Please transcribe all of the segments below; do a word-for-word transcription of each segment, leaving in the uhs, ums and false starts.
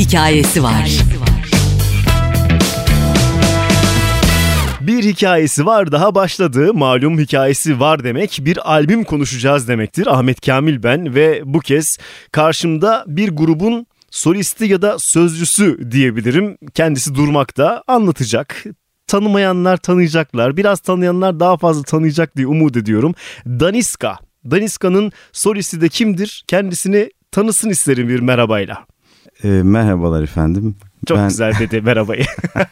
hikayesi var. Bir hikayesi var daha başladı. Malum hikayesi var demek bir albüm konuşacağız demektir. Ahmet Kamil ben ve bu kez karşımda bir grubun solisti ya da sözcüsü diyebilirim. Kendisi durmakta, anlatacak. Tanımayanlar tanıyacaklar, biraz tanıyanlar daha fazla tanıyacak diye umut ediyorum. Daniska. Daniska'nın solisti de kimdir? Kendisini tanısın isterim bir merhabayla. E, merhabalar efendim. Çok ben... güzel dedi merhabayı.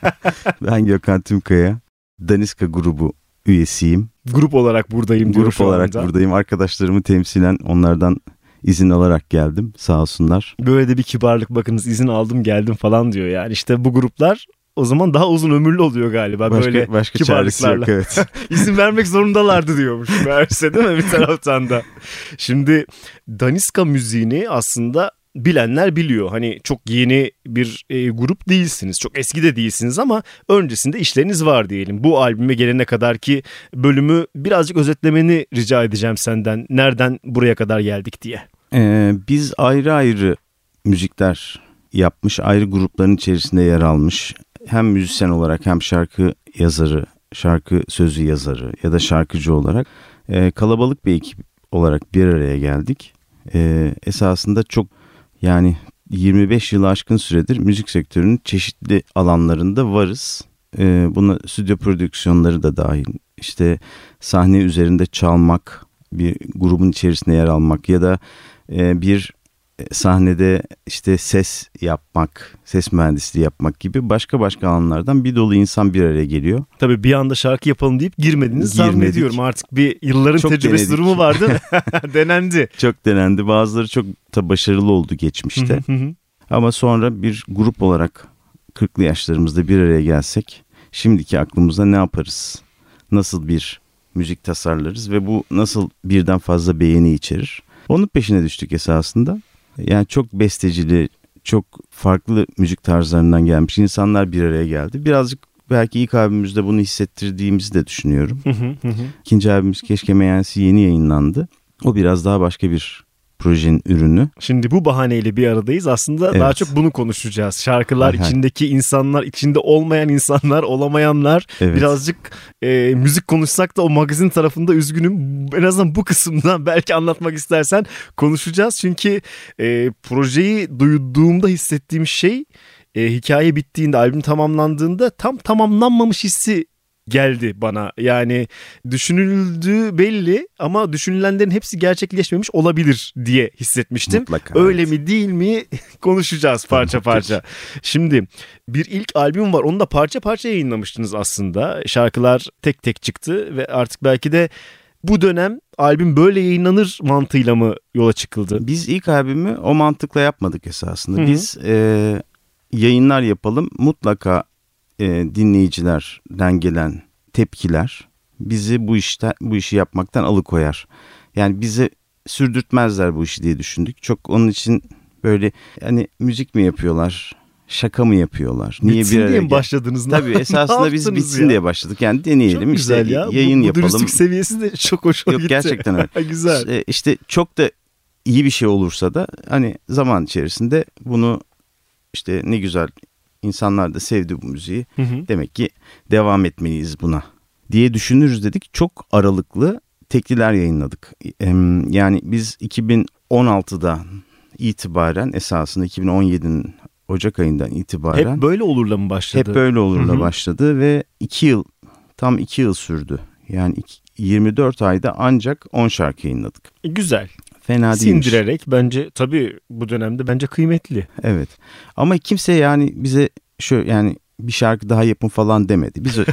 Ben Gökhan Tümkaya. Daniska grubu üyesiyim. Grup olarak buradayım diyor Grup şu olarak anda. buradayım. Arkadaşlarımı temsilen onlardan izin alarak geldim. Sağ olsunlar. Böyle de bir kibarlık, bakınız izin aldım geldim falan diyor yani. İşte bu gruplar o zaman daha uzun ömürlü oluyor galiba. Başka, böyle başka kibarlıklarla. çaresi yok, evet. İzin vermek zorundalardı diyormuş meğerse, değil mi bir taraftan da. Şimdi Daniska müziğini aslında bilenler biliyor. Hani çok yeni bir e, grup değilsiniz. Çok eski de değilsiniz ama öncesinde işleriniz var diyelim. Bu albüme gelene kadarki bölümü birazcık özetlemeni rica edeceğim senden. Nereden buraya kadar geldik diye. Ee, biz ayrı ayrı müzikler yapmış, ayrı grupların içerisinde yer almış. Hem müzisyen olarak hem şarkı yazarı, şarkı sözü yazarı ya da şarkıcı olarak e, kalabalık bir ekip olarak bir araya geldik. E, esasında çok yani yirmi beş yılı aşkın süredir müzik sektörünün çeşitli alanlarında varız. E, buna stüdyo prodüksiyonları da dahil. İşte sahne üzerinde çalmak, bir grubun içerisinde yer almak ya da e, bir sahnede işte ses yapmak, ses mühendisliği yapmak gibi başka başka alanlardan bir dolu insan bir araya geliyor. Tabii bir anda şarkı yapalım deyip girmediniz. Girmedik. Zannediyorum artık bir yılların Çok tecrübesi denedik. durumu vardı. Denendi. Çok denendi. Bazıları çok da başarılı oldu geçmişte. Ama sonra bir grup olarak kırklı yaşlarımızda bir araya gelsek şimdiki aklımızda ne yaparız? Nasıl bir müzik tasarlarız ve bu nasıl birden fazla beğeni içerir? Onun peşine düştük esasında. Yani çok bestecili, çok farklı müzik tarzlarından gelmiş insanlar bir araya geldi. Birazcık belki ilk albümümüzde bunu hissettirdiğimizi de düşünüyorum. İkinci albümümüz Keşke Meğensi yeni yayınlandı. O biraz daha başka bir projenin ürünü. Şimdi bu bahaneyle bir aradayız. Aslında evet. Daha çok bunu konuşacağız. Şarkılar, Hay içindeki insanlar, içinde olmayan insanlar, olamayanlar. Evet. Birazcık e, müzik konuşsak da o magazin tarafında üzgünüm. En azından bu kısımdan belki anlatmak istersen konuşacağız. Çünkü e, projeyi duyduğumda hissettiğim şey e, hikaye bittiğinde, albüm tamamlandığında tam tamamlanmamış hissi geldi bana. Yani düşünüldüğü belli ama düşünülenlerin hepsi gerçekleşmemiş olabilir diye hissetmiştim. Mutlaka, öyle evet. mi değil mi konuşacağız parça parça. Şimdi bir ilk albüm var. Onu da parça parça yayınlamıştınız aslında. Şarkılar tek tek çıktı ve artık belki de bu dönem albüm böyle yayınlanır mantığıyla mı yola çıkıldı? Biz ilk albümü o mantıkla yapmadık esasında. Hı hı. Biz e, yayınlar yapalım, mutlaka e, dinleyicilerden gelen tepkiler bizi bu işte bu işi yapmaktan alıkoyar. Yani bizi sürdürtmezler bu işi diye düşündük. Çok onun için böyle hani müzik mi yapıyorlar, şaka mı yapıyorlar? Niye bitsin bir araya diye mi gel- başladınız? Tabii esasında biz bitsin ya? diye başladık. Yani deneyelim, çok güzel işte ya. yayın bu, bu yapalım. dürüstlük seviyesi de çok hoşuma Yok, gitti. gerçekten öyle. Güzel. İşte, işte çok da iyi bir şey olursa da hani zaman içerisinde bunu işte ne güzel insanlar da sevdi bu müziği. Hı hı. Demek ki devam etmeliyiz buna diye düşünürüz dedik. Çok aralıklı tekliler yayınladık. Yani biz iki bin on altıdan itibaren esasında iki bin on yedinin Ocak ayından itibaren Hep böyle olurla mı başladı? Hep böyle olurla Hı hı. başladı ve iki yıl tam iki yıl sürdü. Yani yirmi dört ayda ancak on şarkı yayınladık. E, güzel. Fena değilmiş. Sindirerek bence tabii bu dönemde bence kıymetli. Evet. Ama kimse yani bize şu yani bir şarkı daha yapın falan demedi. Biz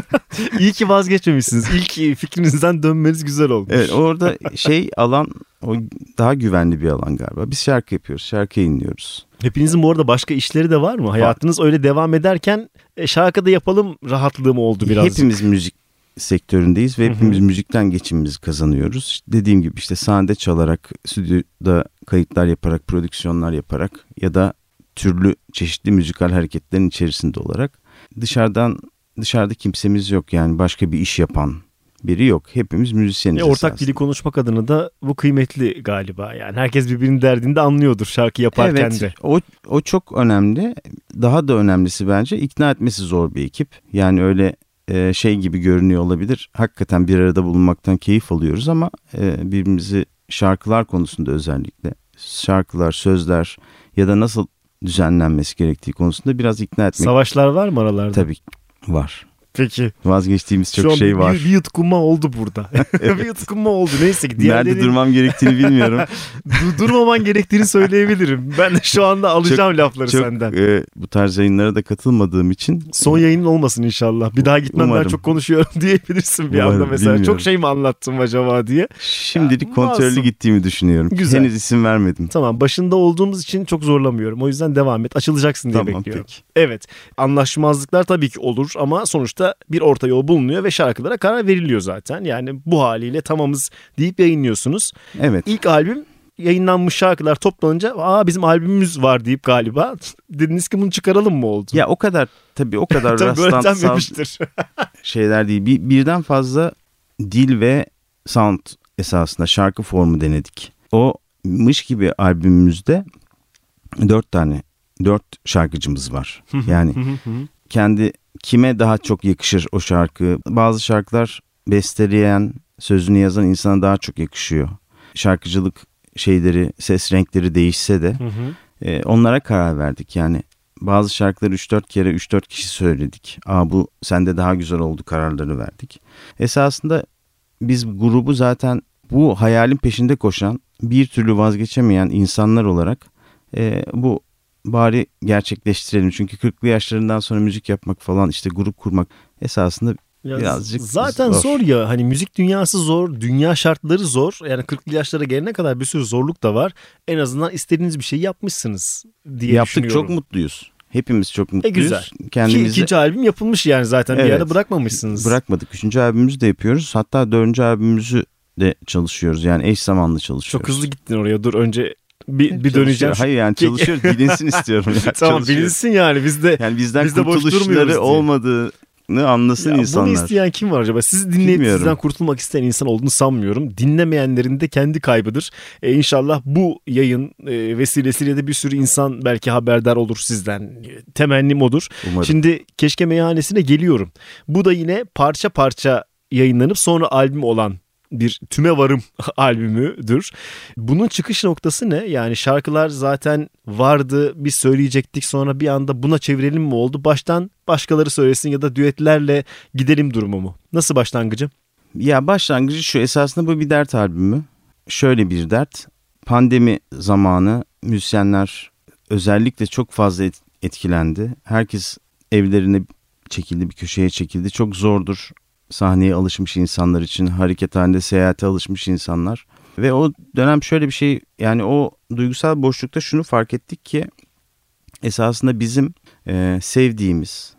İyi ki vazgeçmemişsiniz. İlk fikrinizden dönmeniz güzel olmuş. Evet, orada şey alan o daha güvenli bir alan galiba. Biz şarkı yapıyoruz, şarkı yayınlıyoruz. Hepinizin bu arada başka işleri de var mı? Hayatınız öyle devam ederken e, şarkı da yapalım rahatlığı mı oldu birazcık? Hepimiz müzik sektöründeyiz ve hepimiz müzikten geçimimizi kazanıyoruz. İşte dediğim gibi işte sahnede çalarak, stüdyoda kayıtlar yaparak, prodüksiyonlar yaparak ya da türlü çeşitli müzikal hareketlerin içerisinde olarak dışarıdan dışarıda kimsemiz yok yani başka bir iş yapan biri yok. Hepimiz müzisyeniz. E, ortak dili konuşmak adına da bu kıymetli galiba. Yani herkes birbirinin derdini de anlıyordur şarkı yaparken evet, de. O, o çok önemli. Daha da önemlisi bence ikna etmesi zor bir ekip. Yani öyle e, şey gibi görünüyor olabilir. Hakikaten bir arada bulunmaktan keyif alıyoruz ama e, birbirimizi şarkılar konusunda özellikle şarkılar, sözler ya da nasıl düzenlenmesi gerektiği konusunda biraz ikna etmek. Savaşlar var mı aralarda? Tabii var. Peki. Vazgeçtiğimiz çok Şu an şey bir, var. Bir, bir yutkunma oldu burada. bir yutkunma oldu. Neyse ki diğerleri... Nerede durmam gerektiğini bilmiyorum. Durmaman gerektiğini söyleyebilirim. Ben de şu anda alacağım çok, lafları çok, senden. E, bu tarz yayınlara da katılmadığım için. Son yayının olmasın inşallah. Bir daha gitmem Umarım. ben çok konuşuyorum diyebilirsin bir Umarım, anda mesela. bilmiyorum. Çok şey mi anlattım acaba diye. Şimdilik ya, kontrollü masum. gittiğimi düşünüyorum. Güzel. Henüz isim vermedim. Tamam, başında olduğumuz için çok zorlamıyorum. O yüzden devam et. Açılacaksın diye tamam, bekliyorum. Peki. Evet. Anlaşmazlıklar tabii ki olur ama sonuçta bir orta yol bulunuyor ve şarkılara karar veriliyor zaten. Yani bu haliyle tamamız deyip yayınlıyorsunuz. Evet. İlk albüm yayınlanmış şarkılar toplanınca aa bizim albümümüz var deyip galiba dediniz ki bunu çıkaralım mı oldu? Ya o kadar tabii o kadar tabii rastlantısal şeyler değil. Bir, birden fazla dil ve sound esasında şarkı formu denedik. O Mış gibi albümümüzde dört tane dört şarkıcımız var. Yani kendi kime daha çok yakışır o şarkı. Bazı şarkılar besteleyen, sözünü yazan insana daha çok yakışıyor. Şarkıcılık şeyleri, ses renkleri değişse de e, onlara karar verdik. Yani bazı şarkıları üç dört kere üç dört kişi söyledik. Aa bu sende daha güzel oldu kararları verdik. Esasında biz grubu zaten bu hayalin peşinde koşan, bir türlü vazgeçemeyen insanlar olarak e, bu bari gerçekleştirelim. Çünkü kırklı yaşlarından sonra müzik yapmak falan işte grup kurmak esasında ya birazcık zaten zor. zor ya hani müzik dünyası zor, dünya şartları zor. Yani kırklı yaşlara gelene kadar bir sürü zorluk da var. En azından istediğiniz bir şey yapmışsınız diye Yaptık, düşünüyorum. çok mutluyuz. Hepimiz çok mutluyuz. E güzel. Kendimizi... Ki ikinci albüm yapılmış yani zaten evet, bir yerde bırakmamışsınız. Bırakmadık. Üçüncü albümümüzü de yapıyoruz. Hatta dördüncü albümümüzü de çalışıyoruz. Yani eş zamanlı çalışıyoruz. Çok hızlı gittin oraya. Dur önce bir, bir döneceğim. Hayır yani çalışıyor. Bilinsin istiyorum. Yani. Tamam bilinsin yani. Biz de, yani bizden biz de kurtuluşları olmadığı anlasın ya insanlar. Bunu isteyen kim var acaba? Sizi dinleyip Bilmiyorum. Sizden kurtulmak isteyen insan olduğunu sanmıyorum. Dinlemeyenlerin de kendi kaybıdır. Ee, İnşallah bu yayın e, vesilesiyle de bir sürü insan belki haberdar olur sizden. Temennim odur. Umarım. Şimdi Keşke Meyhanesi'ne geliyorum. Bu da yine parça parça yayınlanıp sonra albüm olan bir tüme varım albümüdür. Bunun çıkış noktası ne? Yani şarkılar zaten vardı, biz söyleyecektik, sonra bir anda buna çevirelim mi oldu? Baştan başkaları söylesin ya da düetlerle gidelim durumu mu? Nasıl başlangıcı? Ya başlangıcı şu, esasında bu bir dert albümü. Şöyle bir dert. Pandemi zamanı müzisyenler özellikle çok fazla etkilendi. Herkes evlerine çekildi, bir köşeye çekildi. Çok zordur. Sahneye alışmış insanlar için, hareket halinde seyahate alışmış insanlar. Ve o dönem şöyle bir şey, yani o duygusal boşlukta şunu fark ettik ki esasında bizim e, sevdiğimiz,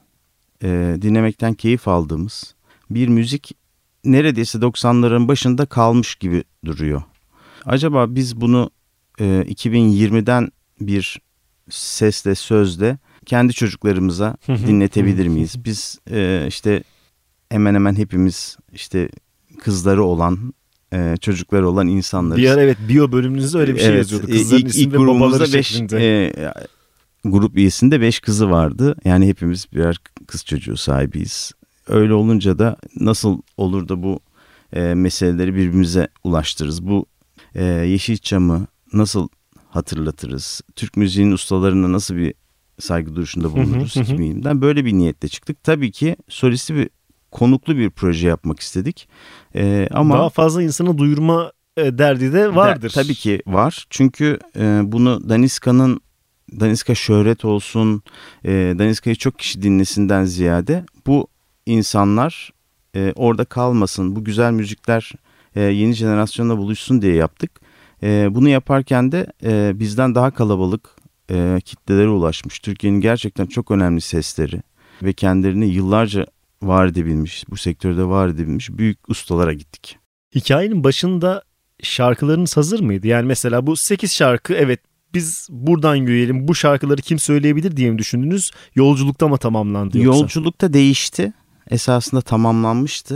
e, dinlemekten keyif aldığımız bir müzik neredeyse doksanların başında kalmış gibi duruyor. Acaba biz bunu e, iki bin yirmiden bir sesle, sözle kendi çocuklarımıza dinletebilir miyiz? Biz e, işte hemen hemen hepimiz işte kızları olan, e, çocukları olan insanlarız. Bir ara evet biyo bölümünüzde öyle bir şey evet, yazıyordu. Kızların ilk, ismi ilk ve babaları beş, şeklinde. E, grup üyesinde beş kızı vardı. Yani hepimiz birer kız çocuğu sahibiyiz. Öyle olunca da nasıl olur da bu e, meseleleri birbirimize ulaştırırız? Bu e, Yeşilçam'ı nasıl hatırlatırız? Türk müziğinin ustalarına nasıl bir saygı duruşunda bulunuruz? iki bin yirmiden böyle bir niyetle çıktık. Tabii ki solisti bir konuklu bir proje yapmak istedik. Ee, ama daha fazla insana duyurma e, derdi de vardır. De, tabii ki var. Çünkü e, bunu Daniska'nın Daniska şöhret olsun, e, Daniska'yı çok kişi dinlesinden ziyade bu insanlar e, orada kalmasın, bu güzel müzikler e, yeni jenerasyonla buluşsun diye yaptık. E, bunu yaparken de e, bizden daha kalabalık e, kitlelere ulaşmış. Türkiye'nin gerçekten çok önemli sesleri ve kendilerini yıllarca var edebilmiş, bu sektörde var edebilmiş büyük ustalara gittik. Hikayenin başında şarkılarınız hazır mıydı? Yani mesela bu sekiz şarkı, evet biz buradan yürüyelim, bu şarkıları kim söyleyebilir diye mi düşündünüz? Yolculukta mı tamamlandı yoksa? Yolculukta değişti. Esasında tamamlanmıştı.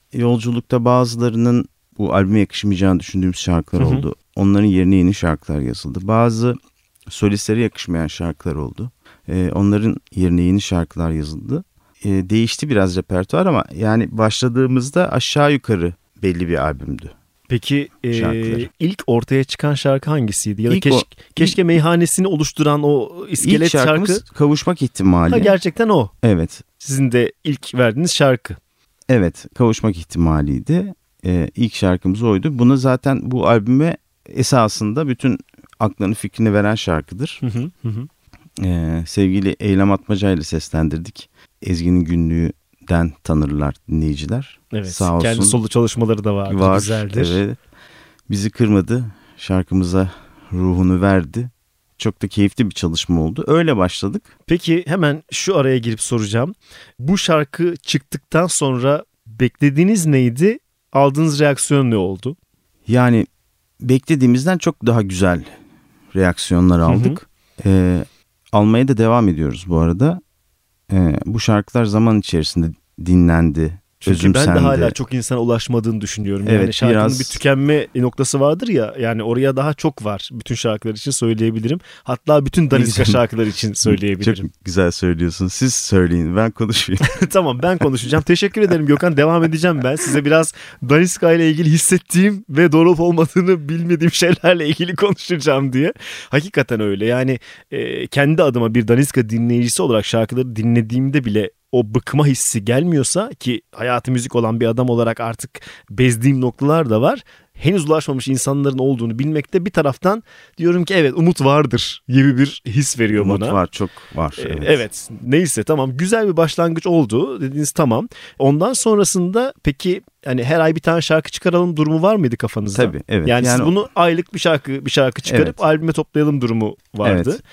yolculukta bazılarının bu albüme yakışmayacağını düşündüğümüz şarkılar Hı hı. oldu. Onların yerine yeni şarkılar yazıldı. Bazı solistlere yakışmayan şarkılar oldu. Ee, onların yerine yeni şarkılar yazıldı. Ee, değişti biraz repertuar ama yani başladığımızda aşağı yukarı belli bir albümdü. Peki e, ilk ortaya çıkan şarkı hangisiydi? Ya da İlk keş, o, keşke meyhanesini oluşturan o iskelet ilk şarkımız şarkı. Kavuşmak ihtimali. Ha, gerçekten o. Evet. Sizin de ilk verdiğiniz şarkı. Evet, Kavuşmak ihtimaliydi. Ee, ilk şarkımız oydu. Bunu zaten bu albüme esasında bütün aklını fikrini veren şarkıdır. Hı hı hı. Ee, sevgili Eylem Atmaca ile seslendirdik. Ezgi'nin günlüğünden tanırlar dinleyiciler. Evet. Sağ olsun. Kendi solo çalışmaları da vardı. Var, güzeldir. Evet. Bizi kırmadı. Şarkımıza ruhunu verdi. Çok da keyifli bir çalışma oldu. Öyle başladık. Peki hemen şu araya girip soracağım. Bu şarkı çıktıktan sonra beklediğiniz neydi? Aldığınız reaksiyon ne oldu? Yani beklediğimizden çok daha güzel reaksiyonlar aldık. Hı hı. Ee, almaya da devam ediyoruz bu arada. Ee, bu şarkılar zaman içerisinde dinlendi. Çünkü özümsendi. Ben de hala çok insana ulaşmadığını düşünüyorum. Evet, yani şarkının biraz... bir tükenme noktası vardır ya. Yani oraya daha çok var. Bütün şarkılar için söyleyebilirim. Hatta bütün Daniska şarkılar için söyleyebilirim. Çok güzel söylüyorsun. Siz söyleyin, ben konuşayım. Tamam, ben konuşacağım. Teşekkür ederim Gökhan. Devam edeceğim ben. Size biraz Daniska ile ilgili hissettiğim ve doğru olup olmadığını bilmediğim şeylerle ilgili konuşacağım diye. Hakikaten öyle. Yani e, kendi adıma bir Daniska dinleyicisi olarak şarkıları dinlediğimde bile o bıkma hissi gelmiyorsa, ki hayatı müzik olan bir adam olarak artık bezdiğim noktalar da var. Henüz ulaşmamış insanların olduğunu bilmekte bir taraftan diyorum ki evet, umut vardır gibi bir his veriyor umut bana. Umut var, çok var. Evet. evet. evet. Neyse, tamam, güzel bir başlangıç oldu dediğiniz, tamam. Ondan sonrasında peki hani her ay bir tane şarkı çıkaralım durumu var mıydı kafanızda? Tabii, evet. Yani, yani siz o... bunu aylık bir şarkı bir şarkı çıkarıp evet. albüme toplayalım durumu vardı. Evet.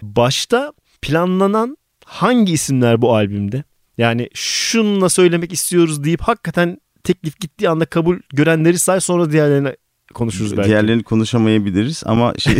Başta planlanan hangi isimler bu albümde? Yani şununla söylemek istiyoruz deyip hakikaten teklif gittiği anda kabul görenleri say, sonra diğerlerine konuşuruz belki. Diğerlerini konuşamayabiliriz ama şey...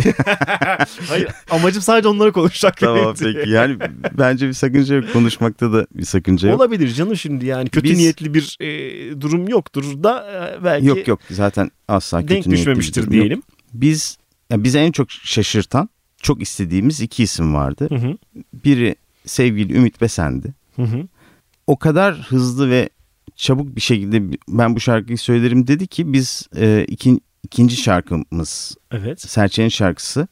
Hayır, amacım sadece onları konuşacak. Tamam peki, yani bence bir sakınca yok, konuşmakta da bir sakınca yok. Olabilir canım, şimdi yani kötü Biz... niyetli bir e, durum yoktur da e, belki... Yok yok, zaten asla kötü denk düşmemiştir diyelim. Yok. Biz, yani bize en çok şaşırtan, çok istediğimiz iki isim vardı. Hı hı. Biri sevgili Ümit Besen'di. Hı hı. O kadar hızlı ve çabuk bir şekilde ben bu şarkıyı söylerim dedi ki biz e, iki, ikinci şarkımız, evet. Serçe'nin şarkısı,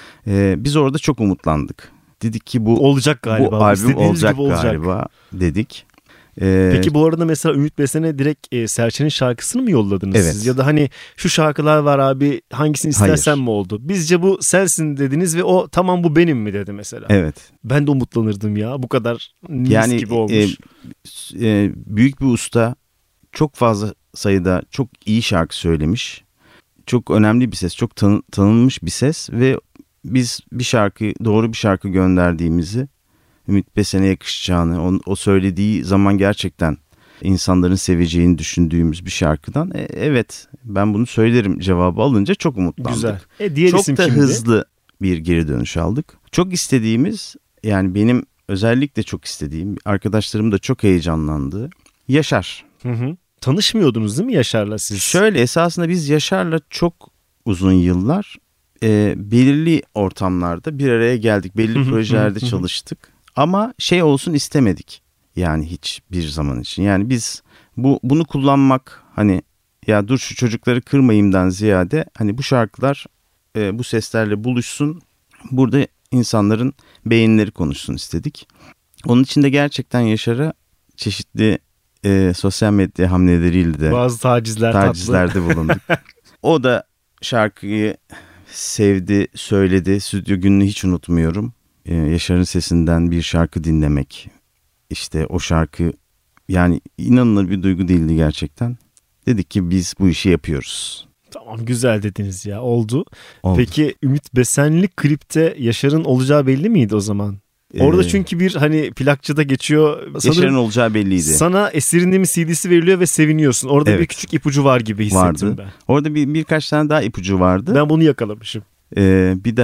e, biz orada çok umutlandık. Dedik ki bu olacak galiba. Bu albüm olacak, olacak galiba dedik. Ee, Peki bu arada mesela Ümit Besen'e direkt e, Serçe'nin şarkısını mı yolladınız evet. siz? Ya da hani şu şarkılar var abi, hangisini istersen mi oldu? Bizce bu sensin dediniz ve o tamam bu benim mi dedi mesela. Evet. Ben de umutlanırdım ya, bu kadar mis yani, gibi olmuş. E, e, büyük bir usta, çok fazla sayıda çok iyi şarkı söylemiş. Çok önemli bir ses, çok tanı, tanınmış bir ses ve biz bir şarkı, doğru bir şarkı gönderdiğimizi, Ümit Besen'e yakışacağını, o, o söylediği zaman gerçekten insanların seveceğini düşündüğümüz bir şarkıdan e, evet ben bunu söylerim cevabı alınca çok umutlandık. Güzel. E, diğer çok isim da kimdi? Hızlı bir geri dönüş aldık. Çok istediğimiz, yani benim özellikle çok istediğim, arkadaşlarım da çok heyecanlandığı Yaşar. Hı hı. Tanışmıyordunuz değil mi Yaşar'la siz? Şöyle, esasında biz Yaşar'la çok uzun yıllar e, belirli ortamlarda bir araya geldik. Belli projelerde çalıştık. Ama şey olsun istemedik. Yani hiçbir zaman için. Yani biz bu bunu kullanmak, hani ya dur şu çocukları kırmayayımdan ziyade hani bu şarkılar e, bu seslerle buluşsun. Burada insanların beyinleri konuşsun istedik. Onun için de gerçekten Yaşar'a çeşitli e, sosyal medya hamleleriyle de bazı tacizler tacizlerde bulunduk. O da şarkıyı sevdi, söyledi. Stüdyo gününü hiç unutmuyorum. Ee, Yaşar'ın sesinden bir şarkı dinlemek. İşte o şarkı, yani inanılır bir duygu değildi gerçekten. Dedik ki biz bu işi yapıyoruz. Tamam, güzel dediniz ya, oldu. oldu. Peki Ümit Besenli klipte Yaşar'ın olacağı belli miydi o zaman? Orada ee, çünkü bir hani plakçıda geçiyor. Yaşar'ın olacağı belliydi. Sana Eser'in mi C D'si veriliyor ve seviniyorsun. Orada evet. bir küçük ipucu var gibi hissettim vardı. ben. Orada bir birkaç tane daha ipucu vardı. Ben bunu yakalamışım. Ee, bir daha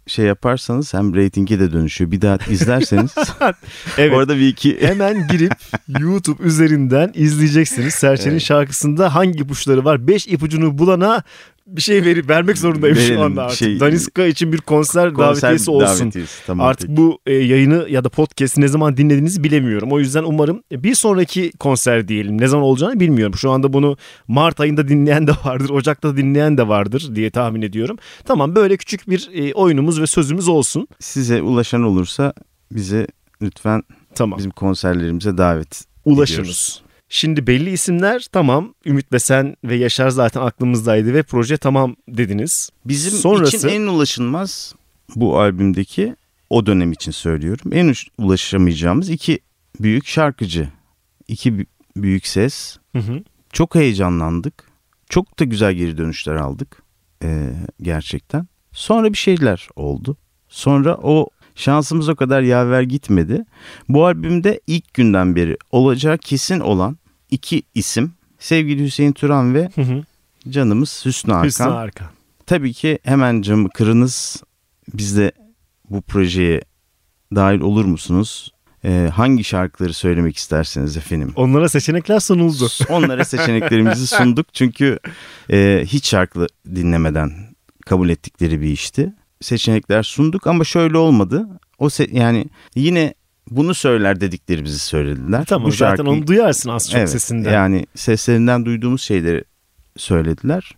şey yaparsanız hem reytinge de dönüşüyor. Bir daha izlerseniz evet. orada bir iki... Hemen girip YouTube üzerinden izleyeceksiniz. Serçe'nin evet. şarkısında hangi ipuçları var? Beş ipucunu bulana bir şey verip vermek zorundayım Verelim, şu anda artık. Şey, Daniska için bir konser, konser davetiyesi olsun. Davetiyesi, tamam, artık peki. Bu e, yayını ya da podcast'i ne zaman dinlediğinizi bilemiyorum. O yüzden umarım bir sonraki konser diyelim. Ne zaman olacağını bilmiyorum. Şu anda bunu Mart ayında dinleyen de vardır, Ocak'ta dinleyen de vardır diye tahmin ediyorum. Tamam, böyle küçük bir e, oyunumuz ve sözümüz olsun. Size ulaşan olursa bize lütfen tamam. bizim konserlerimize davet ulaşınız. Ediyoruz. Şimdi belli isimler tamam. Ümit Besen ve Yaşar zaten aklımızdaydı ve proje tamam dediniz. Bizim Sonrası... için en ulaşılmaz bu albümdeki, o dönem için söylüyorum, en ulaşamayacağımız iki büyük şarkıcı. İki büyük ses. Hı hı. Çok heyecanlandık. Çok da güzel geri dönüşler aldık. Ee, gerçekten. Sonra bir şeyler oldu. Sonra o şansımız o kadar yaver gitmedi. Bu albümde ilk günden beri olacağı kesin olan iki isim. Sevgili Hüseyin Turan ve hı hı. canımız Hüsnü Arkan. Hüsnü Arkan. Tabii ki hemen camı kırınız. Biz de bu projeye dahil olur musunuz? Ee, hangi şarkıları söylemek isterseniz efendim. Onlara seçenekler sunuldu. Onlara seçeneklerimizi sunduk. Çünkü e, hiç şarkı dinlemeden kabul ettikleri bir işti. Seçenekler sunduk ama şöyle olmadı. O se- yani yine bunu söyler dediklerimizi söylediler. Tamam, bu zaten şarkıyı, onu duyarsın az çok evet, sesinden. Yani seslerinden duyduğumuz şeyleri söylediler.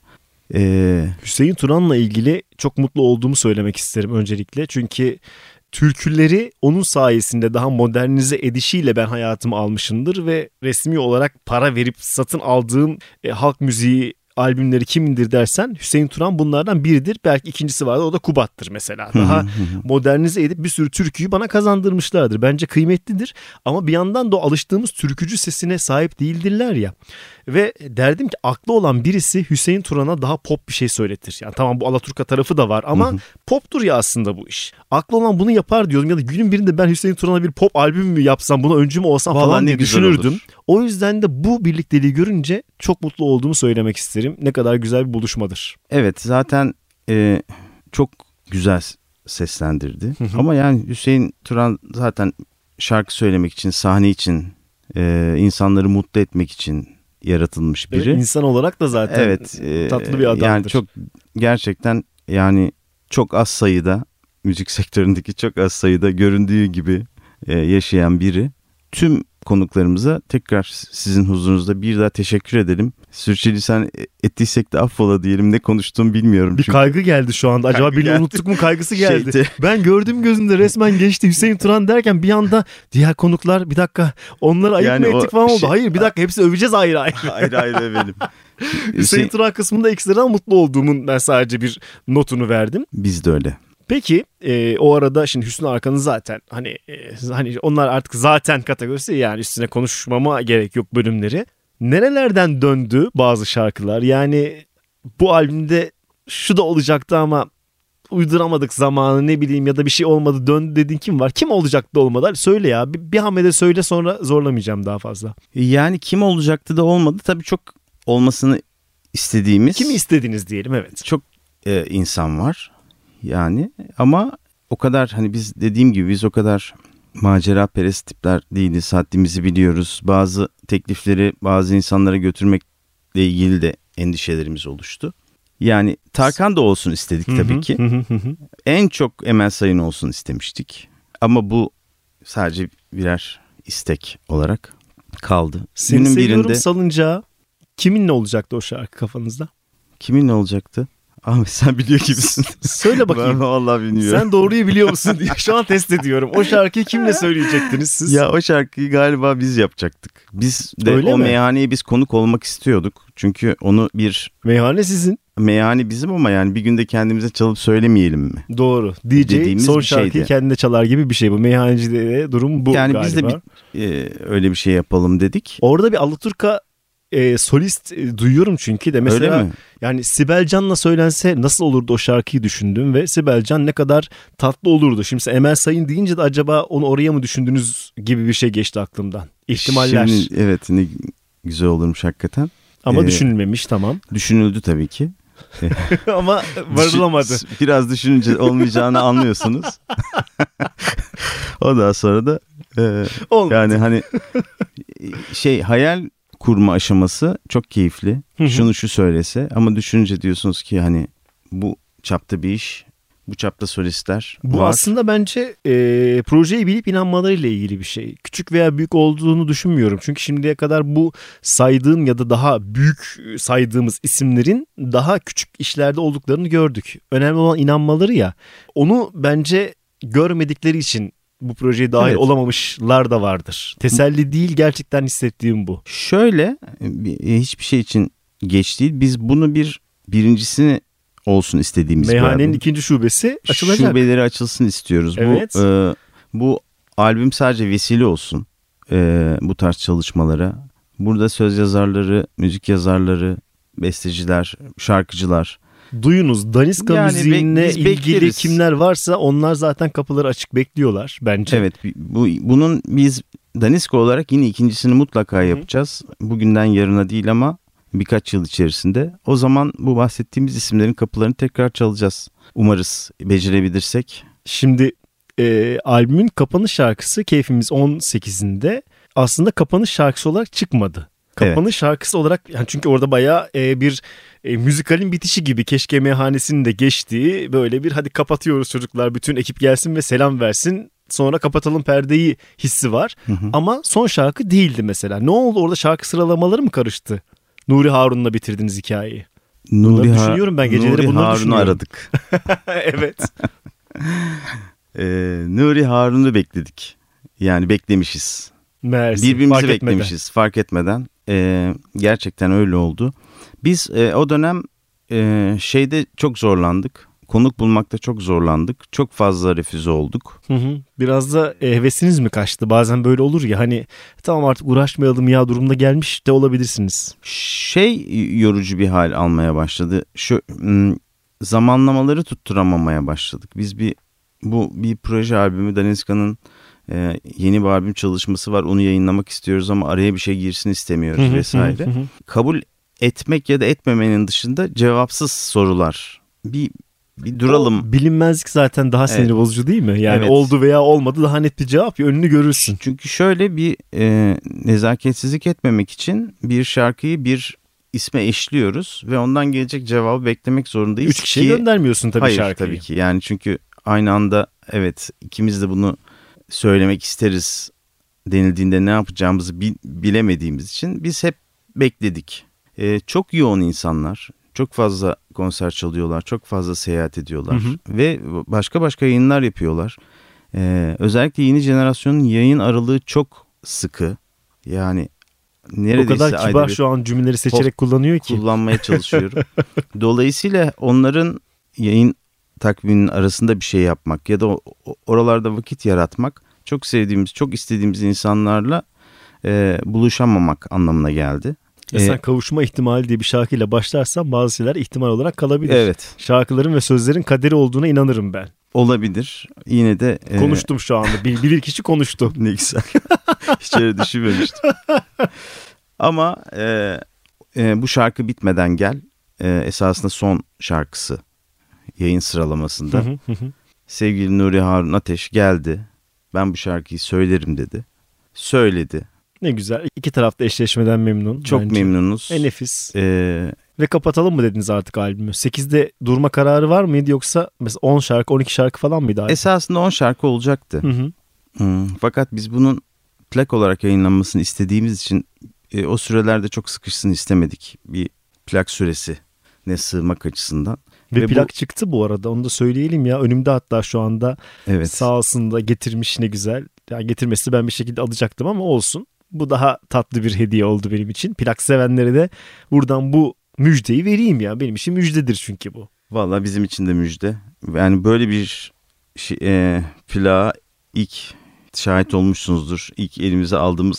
Ee, Hüseyin Turan'la ilgili çok mutlu olduğumu söylemek isterim öncelikle. Çünkü türküleri onun sayesinde daha modernize edişiyle ben hayatımı almışımdır ve resmi olarak para verip satın aldığım e, halk müziği albümleri kimindir dersen Hüseyin Turan bunlardan biridir. Belki ikincisi vardır, o da Kubat'tır mesela. Daha modernize edip bir sürü türküyü bana kazandırmışlardır. Bence kıymetlidir ama bir yandan da o alıştığımız türkücü sesine sahip değildirler ya. Ve derdim ki aklı olan birisi Hüseyin Turan'a daha pop bir şey söyletir. Yani tamam, bu alaturka tarafı da var ama poptur ya aslında bu iş. Aklı olan bunu yapar diyordum ya da günün birinde ben Hüseyin Turan'a bir pop albüm mü yapsam, buna öncü mü olsam vallahi falan diye düşünürdüm. Olur. O yüzden de bu birlikteliği görünce çok mutlu olduğumu söylemek isterim. Ne kadar güzel bir buluşmadır. Evet, zaten e, çok güzel seslendirdi. Ama yani Hüseyin Turan zaten şarkı söylemek için, sahne için, e, insanları mutlu etmek için yaratılmış biri. Evet, insan olarak da zaten evet, e, tatlı bir adamdır. Yani çok gerçekten, yani çok az sayıda, müzik sektöründeki çok az sayıda göründüğü gibi e, yaşayan biri. Tüm konuklarımıza tekrar sizin huzurunuzda bir daha teşekkür edelim. Sürçülisan ettiysek de affola diyelim. Ne konuştuğumu bilmiyorum. Bir çünkü. kaygı geldi şu anda. Acaba birini unuttuk mu kaygısı geldi. Şeydi. Ben gördüm gözümde resmen geçti Hüseyin Turan derken bir anda diğer konuklar bir dakika onları ayıp yani mı ettik falan oldu. Şey... Hayır, bir dakika hepsi öveceğiz ayrı ayrı. Ayrı ayrı övelim. Hüseyin Turan kısmında ekstradan mutlu olduğumun ben sadece bir notunu verdim. Biz de öyle. Peki e, o arada şimdi Hüsnü Arkan'ın zaten hani e, hani onlar artık zaten kategorisi, yani üstüne konuşmama gerek yok bölümleri. Nerelerden döndü bazı şarkılar? Yani bu albümde şu da olacaktı ama uyduramadık zamanı, ne bileyim, ya da bir şey olmadı döndü dediğin kim var? Kim olacaktı olmadı? Hadi söyle ya. Bir, bir hamlede söyle, sonra zorlamayacağım daha fazla. Yani kim olacaktı da olmadı. Tabii çok olmasını istediğimiz. Kimi istediniz diyelim, evet. Çok e, insan var. Yani ama o kadar, hani biz dediğim gibi biz o kadar macera perest tipler değiliz. Haddimizi biliyoruz. Bazı teklifleri bazı insanlara götürmekle ilgili de endişelerimiz oluştu. Yani Tarkan da olsun istedik tabii ki. En çok Emel Sayın olsun istemiştik. Ama bu sadece birer istek olarak kaldı. Seni Günün seviyorum birinde... salıncağı kiminle olacaktı o şarkı kafanızda? Kiminle olacaktı? Ahmet sen biliyor gibisin. Söyle bakayım. Ben vallahi bilmiyorum. Sen doğruyu biliyor musun diye şu an test ediyorum. O şarkıyı kimle söyleyecektiniz siz? Ya o şarkıyı galiba biz yapacaktık. Biz de öyle o mi? Meyhaneye biz konuk olmak istiyorduk. Çünkü onu bir... Meyhane sizin. Meyhane bizim ama yani bir günde kendimize çalıp söylemeyelim mi? Doğru. D J son şarkıyı şeydi. Kendine çalar gibi bir şey bu. Meyhanecide durum bu yani galiba. Yani biz de bir, e, öyle bir şey yapalım dedik. Orada bir alaturka e, solist e, duyuyorum çünkü de mesela. Öyle mi? Yani Sibel Can'la söylense nasıl olurdu o şarkıyı düşündüm ve Sibel Can ne kadar tatlı olurdu. Şimdi Emel Sayın deyince de acaba onu oraya mı düşündünüz gibi bir şey geçti aklımdan. İhtimaller. Şimdi, evet, ne güzel olurmuş hakikaten. Ama ee, düşünülmemiş, tamam. Düşünüldü tabii ki. Ama varılamadı. Biraz düşününce olmayacağını anlıyorsunuz. Ondan sonra da e, yani hani şey hayal kurma aşaması çok keyifli. Şunu şu söylese ama düşününce diyorsunuz ki hani bu çapta bir iş, bu çapta solistler Bu var. aslında bence e, projeyi bilip inanmalarıyla ilgili bir şey. Küçük veya büyük olduğunu düşünmüyorum. Çünkü şimdiye kadar bu saydığım ya da daha büyük saydığımız isimlerin daha küçük işlerde olduklarını gördük. Önemli olan inanmaları ya. Onu bence görmedikleri için bu projeye dahil evet. olamamışlar da vardır. Teselli değil, gerçekten hissettiğim bu. Şöyle, hiçbir şey için geç değil. Biz bunu bir birincisini olsun istediğimiz Meyhanenin bir albüm. ikinci şubesi açılacak. Şubeleri açılsın istiyoruz. Evet. Bu, e, bu albüm sadece vesile olsun e, bu tarz çalışmalara. Burada söz yazarları, müzik yazarları, besteciler, şarkıcılar. Duyunuz, Daniska yani müziğine be, ilgili bekleriz. Kimler varsa onlar zaten kapıları açık bekliyorlar bence. Evet, bu bunun biz Daniska olarak yine ikincisini mutlaka yapacağız. Hı. Bugünden yarına değil ama birkaç yıl içerisinde. O zaman bu bahsettiğimiz isimlerin kapılarını tekrar çalacağız. Umarız becerebilirsek. Şimdi e, albümün kapanış şarkısı Keyfimiz on sekizinde aslında kapanış şarkısı olarak çıkmadı. Kapanış evet. şarkısı olarak yani çünkü orada bayağı e, bir e, müzikalin bitişi gibi Keşke Meyhanesi'nin de geçtiği böyle bir hadi kapatıyoruz çocuklar bütün ekip gelsin ve selam versin sonra kapatalım perdeyi hissi var. Hı hı. Ama son şarkı değildi mesela. Ne oldu orada, şarkı sıralamaları mı karıştı? Nuri Harun'la bitirdiniz hikayeyi. Nuri ha- düşünüyorum ben geceleri Nuri bunları Harun'u düşünüyorum. aradık. Evet. ee, Nuri Harun'u bekledik. Yani beklemişiz. Mersi, Birbirimizi fark beklemişiz etmeden. fark etmeden. Ee, gerçekten öyle oldu. Biz e, o dönem e, şeyde çok zorlandık. Konuk bulmakta çok zorlandık. Çok fazla refüze olduk. Hı hı. Biraz da e, hevesiniz mi kaçtı? Bazen böyle olur ya hani tamam artık uğraşmayalım ya durumda gelmiş de olabilirsiniz. Şey yorucu bir hal almaya başladı. Şu zamanlamaları tutturamamaya başladık. Biz bir bu bir proje albümü, Daniska'nın e, yeni bir albüm çalışması var. Onu yayınlamak istiyoruz ama araya bir şey girsin istemiyoruz hı hı, vesaire. hı hı. Kabul etmek ya da etmemenin dışında cevapsız sorular. Bir bir duralım. O bilinmezlik zaten daha sinir evet. bozucu değil mi? Yani evet. oldu veya olmadı daha net bir cevap, önünü görürsün. Çünkü şöyle bir e, nezaketsizlik etmemek için bir şarkıyı bir isme eşliyoruz ve ondan gelecek cevabı beklemek zorundayız. Üç kişiye göndermiyorsun tabii hayır, şarkıyı. Hayır tabii ki yani çünkü aynı anda evet ikimiz de bunu söylemek isteriz denildiğinde ne yapacağımızı bil, bilemediğimiz için biz hep bekledik. E, çok yoğun insanlar. Çok fazla konser çalıyorlar, çok fazla seyahat ediyorlar hı hı. ve başka başka yayınlar yapıyorlar. Ee, özellikle yeni jenerasyonun yayın aralığı çok sıkı. Yani neredeyse o kadar kibar şu an cümleleri seçerek kullanıyor ki. Kullanmaya çalışıyorum. Dolayısıyla onların yayın takviminin arasında bir şey yapmak ya da oralarda vakit yaratmak çok sevdiğimiz, çok istediğimiz insanlarla e, buluşamamak anlamına geldi. Ya sen kavuşma ihtimali diye bir şarkıyla başlarsan bazı şeyler ihtimal olarak kalabilir. Evet. Şarkıların ve sözlerin kaderi olduğuna inanırım ben. Olabilir. Yine de... Konuştum e... şu anda. Bir, bir kişi konuştu. Ne güzel. Hiç öyle düşünmemiştim. Ama e, e, bu şarkı bitmeden gel. E, esasında son şarkısı yayın sıralamasında. Sevgili Nuri Harun Ateş geldi. Ben bu şarkıyı söylerim dedi. Söyledi. Ne güzel. İki tarafta eşleşmeden memnun. Çok bence. memnunuz. E nefis. Ee, Ve kapatalım mı dediniz artık albümü? sekizde durma kararı var mıydı yoksa mesela on şarkı on iki şarkı falan mıydı albüm? Esasında on şarkı olacaktı. Hı hı. Hmm, fakat biz bunun plak olarak yayınlanmasını istediğimiz için e, o sürelerde çok sıkışsın istemedik. Bir plak süresi ne sığmak açısından. Ve, Ve plak bu... çıktı bu arada, onu da söyleyelim ya. Önümde hatta şu anda evet. Sağ olsun da getirmiş, ne güzel. Yani getirmesi ben bir şekilde alacaktım ama olsun. Bu daha tatlı bir hediye oldu benim için. Plak sevenlere de buradan bu müjdeyi vereyim ya. Benim için müjdedir çünkü bu. Vallahi bizim için de müjde. Yani böyle bir şey, e, plağa ilk şahit olmuşsunuzdur. İlk elimize aldığımız an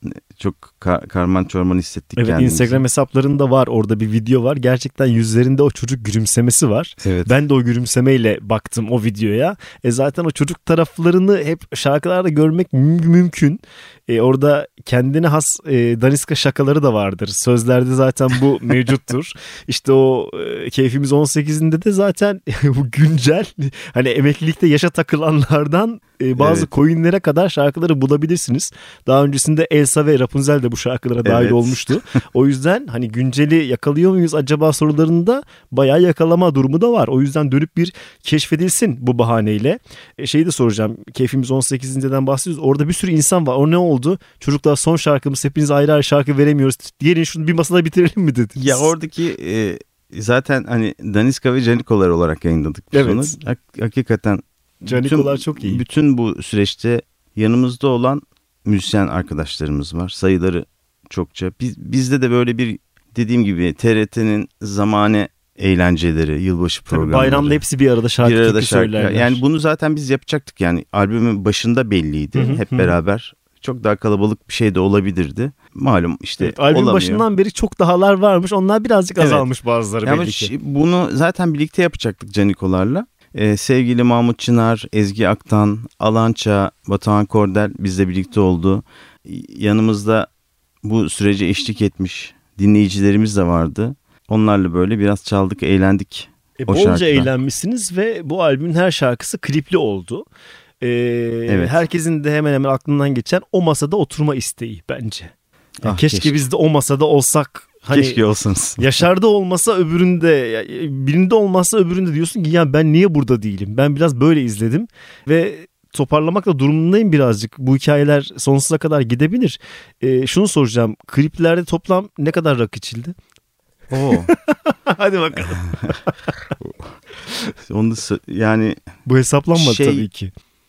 çok kar- karman çorman hissettik evet, kendimizi. Instagram hesaplarında var, orada bir video var. Gerçekten yüzlerinde o çocuk gülümsemesi var. Evet. Ben de o gülümsemeyle baktım o videoya. E zaten o çocuk taraflarını hep şarkılarda görmek müm- mümkün. E orada kendine has e, daniska şakaları da vardır. Sözlerde zaten bu mevcuttur. İşte o e, Keyfimiz on sekizinde de zaten bu güncel, hani emeklilikte yaşa takılanlardan e, bazı Evet. coinlere kadar şarkıları bulabilirsiniz. Daha öncesinde Elsa ve Rapunzel de bu şarkılara dahil Evet. olmuştu. O yüzden hani günceli yakalıyor muyuz acaba sorularında bayağı yakalama durumu da var. O yüzden dönüp bir keşfedilsin bu bahaneyle. E, şeyi de soracağım. Keyfimiz on sekizinden bahsediyoruz. Orada bir sürü insan var. O ne oldu? Çocuklar son şarkımız, hepiniz ayrı ayrı şarkı veremiyoruz. Gelin şunu bir masada bitirelim mi dediniz? Ya oradaki e, zaten hani Daniska ve Canikolar olarak yayınladık biz Evet. onu. Hak- hakikaten Canikolar bütün- çok iyi. Bütün bu süreçte yanımızda olan müzisyen arkadaşlarımız var. Sayıları çokça. Biz, bizde de böyle bir, dediğim gibi T R T'nin zamane eğlenceleri, yılbaşı Tabii programları. bayramda hepsi bir arada şarkı bir arada türkü şarkı. söylerler. Yani bunu zaten biz yapacaktık, yani albümün başında belliydi. Hı hı, Hep hı. beraber. Çok daha kalabalık bir şey de olabilirdi. Malum işte Evet, albüm olamıyor. başından beri çok dahalar varmış. Onlar birazcık Evet. azalmış bazıları Ama belli ki. şi- bunu zaten birlikte yapacaktık Canikolar'la. Ee, sevgili Mahmut Çınar, Ezgi Aktan, Alança, Batuhan Kordel bizle birlikte oldu. Yanımızda bu sürece eşlik etmiş dinleyicilerimiz de vardı. Onlarla böyle biraz çaldık, eğlendik. E, o bolca şarkıda. eğlenmişsiniz ve bu albümün her şarkısı klipli oldu. E, Evet. Herkesin de hemen hemen aklından geçen o masada oturma isteği bence. Yani Ah, keşke, keşke. biz de o masada olsak. Hani Keşke olsanız. Yaşar'da olmasa öbüründe, ya- birinde olmazsa öbüründe diyorsun ki ya ben niye burada değilim? Ben biraz böyle izledim ve toparlamakla durumundayım birazcık. Bu hikayeler sonsuza kadar gidebilir. E, şunu soracağım. Kliplerde toplam ne kadar rakı içildi? Oo. Hadi bakalım. Onu da sö- yani Bu hesaplanmadı Şey- tabii ki.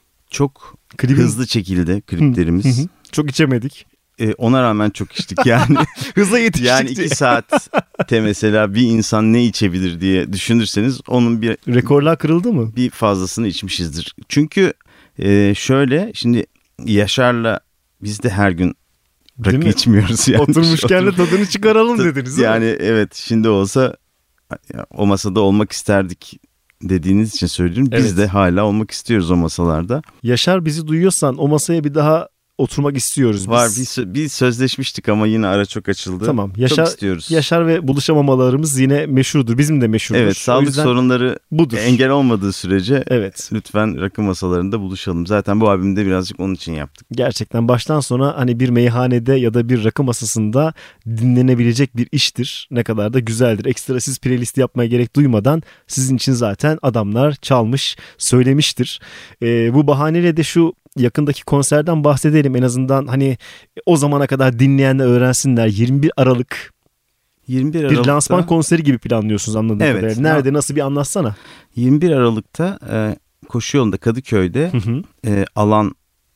çok Klibin- hızlı çekildi kliplerimiz. Hı hı. Çok içemedik. Ee, ona rağmen çok içtik yani. Hıza yetiştik. Yani iki saatte mesela bir insan ne içebilir diye düşünürseniz onun bir Rekorlar kırıldı mı? bir fazlasını içmişizdir. Çünkü e, şöyle, şimdi Yaşar'la biz de her gün Değil rakı mi? içmiyoruz yani. Oturmuşken de tadını çıkaralım dediniz. Yani evet, şimdi olsa ya, o masada olmak isterdik dediğiniz için söylüyorum. Biz Evet. de hala olmak istiyoruz o masalarda. Yaşar, bizi duyuyorsan o masaya bir daha oturmak istiyoruz biz. Var bir, sö- bir sözleşmiştik ama yine ara çok açıldı. Tamam. Çok Yaşar, istiyoruz. Yaşar ve buluşamamalarımız yine meşhurdur. Bizim de meşhurdur. Evet, O sağlık yüzden sorunları budur. engel olmadığı sürece Evet. lütfen rakı masalarında buluşalım. Zaten bu albümde birazcık onun için yaptık. Gerçekten baştan sona hani bir meyhanede ya da bir rakı masasında dinlenebilecek bir iştir. Ne kadar da güzeldir. Ekstra siz playlist yapmaya gerek duymadan sizin için zaten adamlar çalmış, söylemiştir. Ee, bu bahaneyle de şu yakındaki konserden bahsedelim. En azından hani o zamana kadar dinleyenler öğrensinler. yirmi bir Aralık yirmi bir bir Aralık'ta lansman konseri gibi planlıyorsunuz anladığım Evet. kadarıyla. Nerede, nasıl, bir anlatsana. yirmi bir Aralık'ta e, Koşu Yolu'nda Kadıköy'de Hı hı. e, alan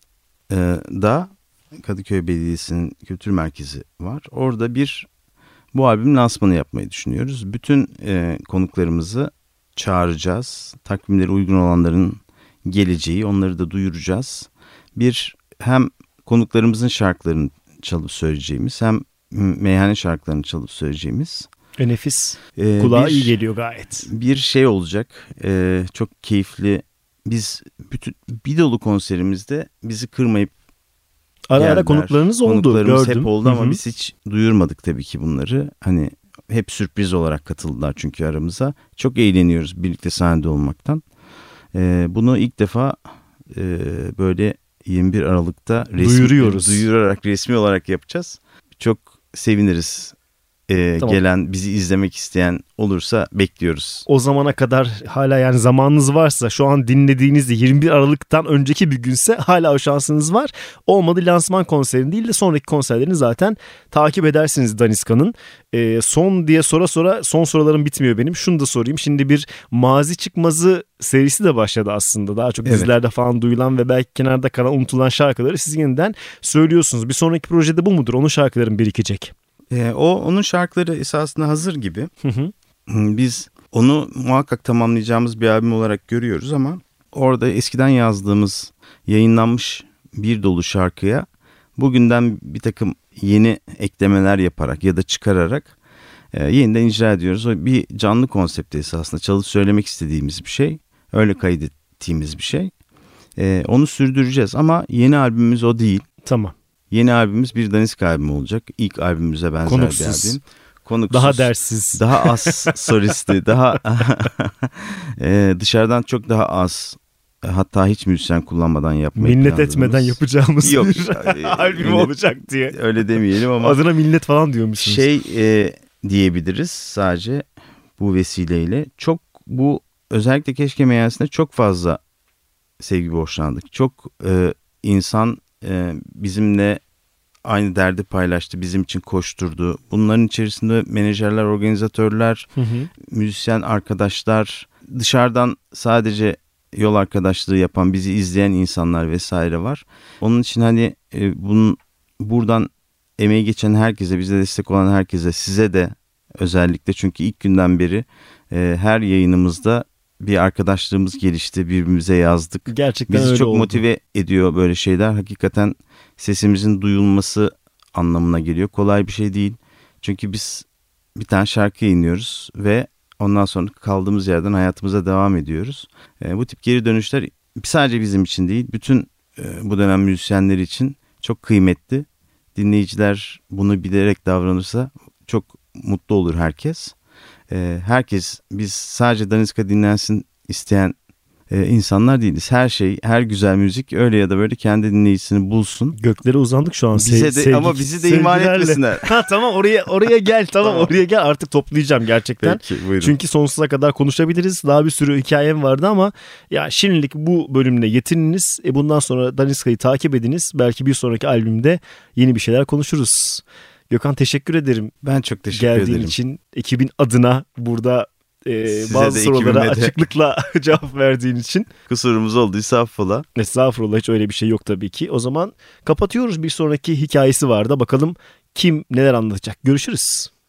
e, da Kadıköy Belediyesi'nin kültür merkezi var. Orada bir bu albüm lansmanı yapmayı düşünüyoruz. Bütün e, konuklarımızı çağıracağız. Takvimleri uygun olanların geleceği, onları da duyuracağız. Bir hem konuklarımızın şarkılarını çalıp söyleyeceğimiz, hem meyhane şarkılarını çalıp söyleyeceğimiz E, nefis. e, Kulağa bir- iyi geliyor gayet. bir şey olacak. Ee, çok keyifli. Biz bütün bir dolu konserimizde bizi kırmayıp Ara ara geldiler. konuklarınız oldu. Konuklarımız Gördüm. hep oldu ama Hı hı. biz hiç duyurmadık tabii ki bunları. Hani hep sürpriz olarak katıldılar çünkü aramıza. Çok eğleniyoruz birlikte sahnede olmaktan. Ee, bunu ilk defa e, böyle yirmi bir Aralık'ta resmi, Duyuruyoruz. duyurarak resmi olarak yapacağız. Çok seviniriz. Ee, Tamam. Gelen, bizi izlemek isteyen olursa bekliyoruz. O zamana kadar hala yani zamanınız varsa, şu an dinlediğinizde yirmi bir Aralık'tan önceki bir günse hala o şansınız var. Olmadı lansman konserini değil de sonraki konserlerini zaten takip edersiniz Daniska'nın. Ee, son diye sora sora son sorularım bitmiyor benim. Şunu da sorayım. Şimdi bir Mazi Çıkmazı serisi de başladı aslında. Daha çok Evet. dizilerde falan duyulan ve belki kenarda kalan, unutulan şarkıları siz yeniden söylüyorsunuz. Bir sonraki projede bu mudur? Onun şarkıların birikecek. Ee, o onun şarkıları esasında hazır gibi. Hı hı. Biz onu muhakkak tamamlayacağımız bir albüm olarak görüyoruz ama orada eskiden yazdığımız, yayınlanmış bir dolu şarkıya bugünden bir takım yeni eklemeler yaparak ya da çıkararak e, yeniden icra ediyoruz. O bir canlı konsepti esasında, çalıp söylemek istediğimiz bir şey, öyle kaydettiğimiz bir şey. E, onu sürdüreceğiz ama yeni albümümüz o değil. Tamam. Yeni albümümüz bir Daniska albümü olacak. İlk albümümüze benzer Konuksuz. bir albüm. Konuksuz. Daha dersiz. Daha az solisti. daha e, dışarıdan çok daha az, hatta hiç müzisyen kullanmadan yapmayı minnet planladığımız. etmeden yapacağımız Yok, bir albüm minnet, olacak diye. Öyle demeyelim ama. Adına millet falan diyormuşsunuz. Şey e, diyebiliriz sadece bu vesileyle. Çok bu özellikle Keşke Meyhanesi'nde çok fazla sevgi borçlandık. Çok e, insan e, bizimle aynı derdi paylaştı, bizim için koşturdu. Bunların içerisinde menajerler, organizatörler, hı hı. müzisyen arkadaşlar, dışarıdan sadece yol arkadaşlığı yapan, bizi izleyen insanlar vesaire var. Onun için hani e, bunun buradan emeği geçen herkese, bize destek olan herkese, size de özellikle, çünkü ilk günden beri e, her yayınımızda bir arkadaşlığımız gelişti, birbirimize yazdık. Gerçekten bizi öyle çok oldu. Motive ediyor böyle şeyler. Hakikaten sesimizin duyulması anlamına geliyor. Kolay bir şey değil. Çünkü biz bir tane şarkı yayınlıyoruz ve ondan sonra kaldığımız yerden hayatımıza devam ediyoruz. E, bu tip geri dönüşler sadece bizim için değil, bütün e, bu dönem müzisyenleri için çok kıymetli. Dinleyiciler bunu bilerek davranırsa çok mutlu olur herkes. E, herkes, biz sadece Daniska dinlensin isteyen e, insanlar değiliz. Her şey, her güzel müzik öyle ya da böyle kendi dinleyicisini bulsun. Göklere uzandık şu an. Bize de, sevgi, ama bizi de iman etmesinler. Ha tamam, oraya oraya gel tamam, Tamam. oraya gel, artık toplayacağım gerçekten. Peki, buyurun. Çünkü sonsuza kadar konuşabiliriz. Daha bir sürü hikayem vardı ama ya şimdilik bu bölümle yetininiz. E bundan sonra Daniska'yı takip ediniz. Belki bir sonraki albümde yeni bir şeyler konuşuruz. Gökhan, teşekkür ederim. Ben çok teşekkür Geldiğin ederim. Geldiğin için, ekibin adına burada e, bazı de, sorulara ekibime de. açıklıkla cevap verdiğin için. Kusurumuz olduysa affola. Estağfurullah, hiç öyle bir şey yok tabii ki. O zaman kapatıyoruz, bir sonraki hikayesi var da bakalım kim neler anlatacak. Görüşürüz.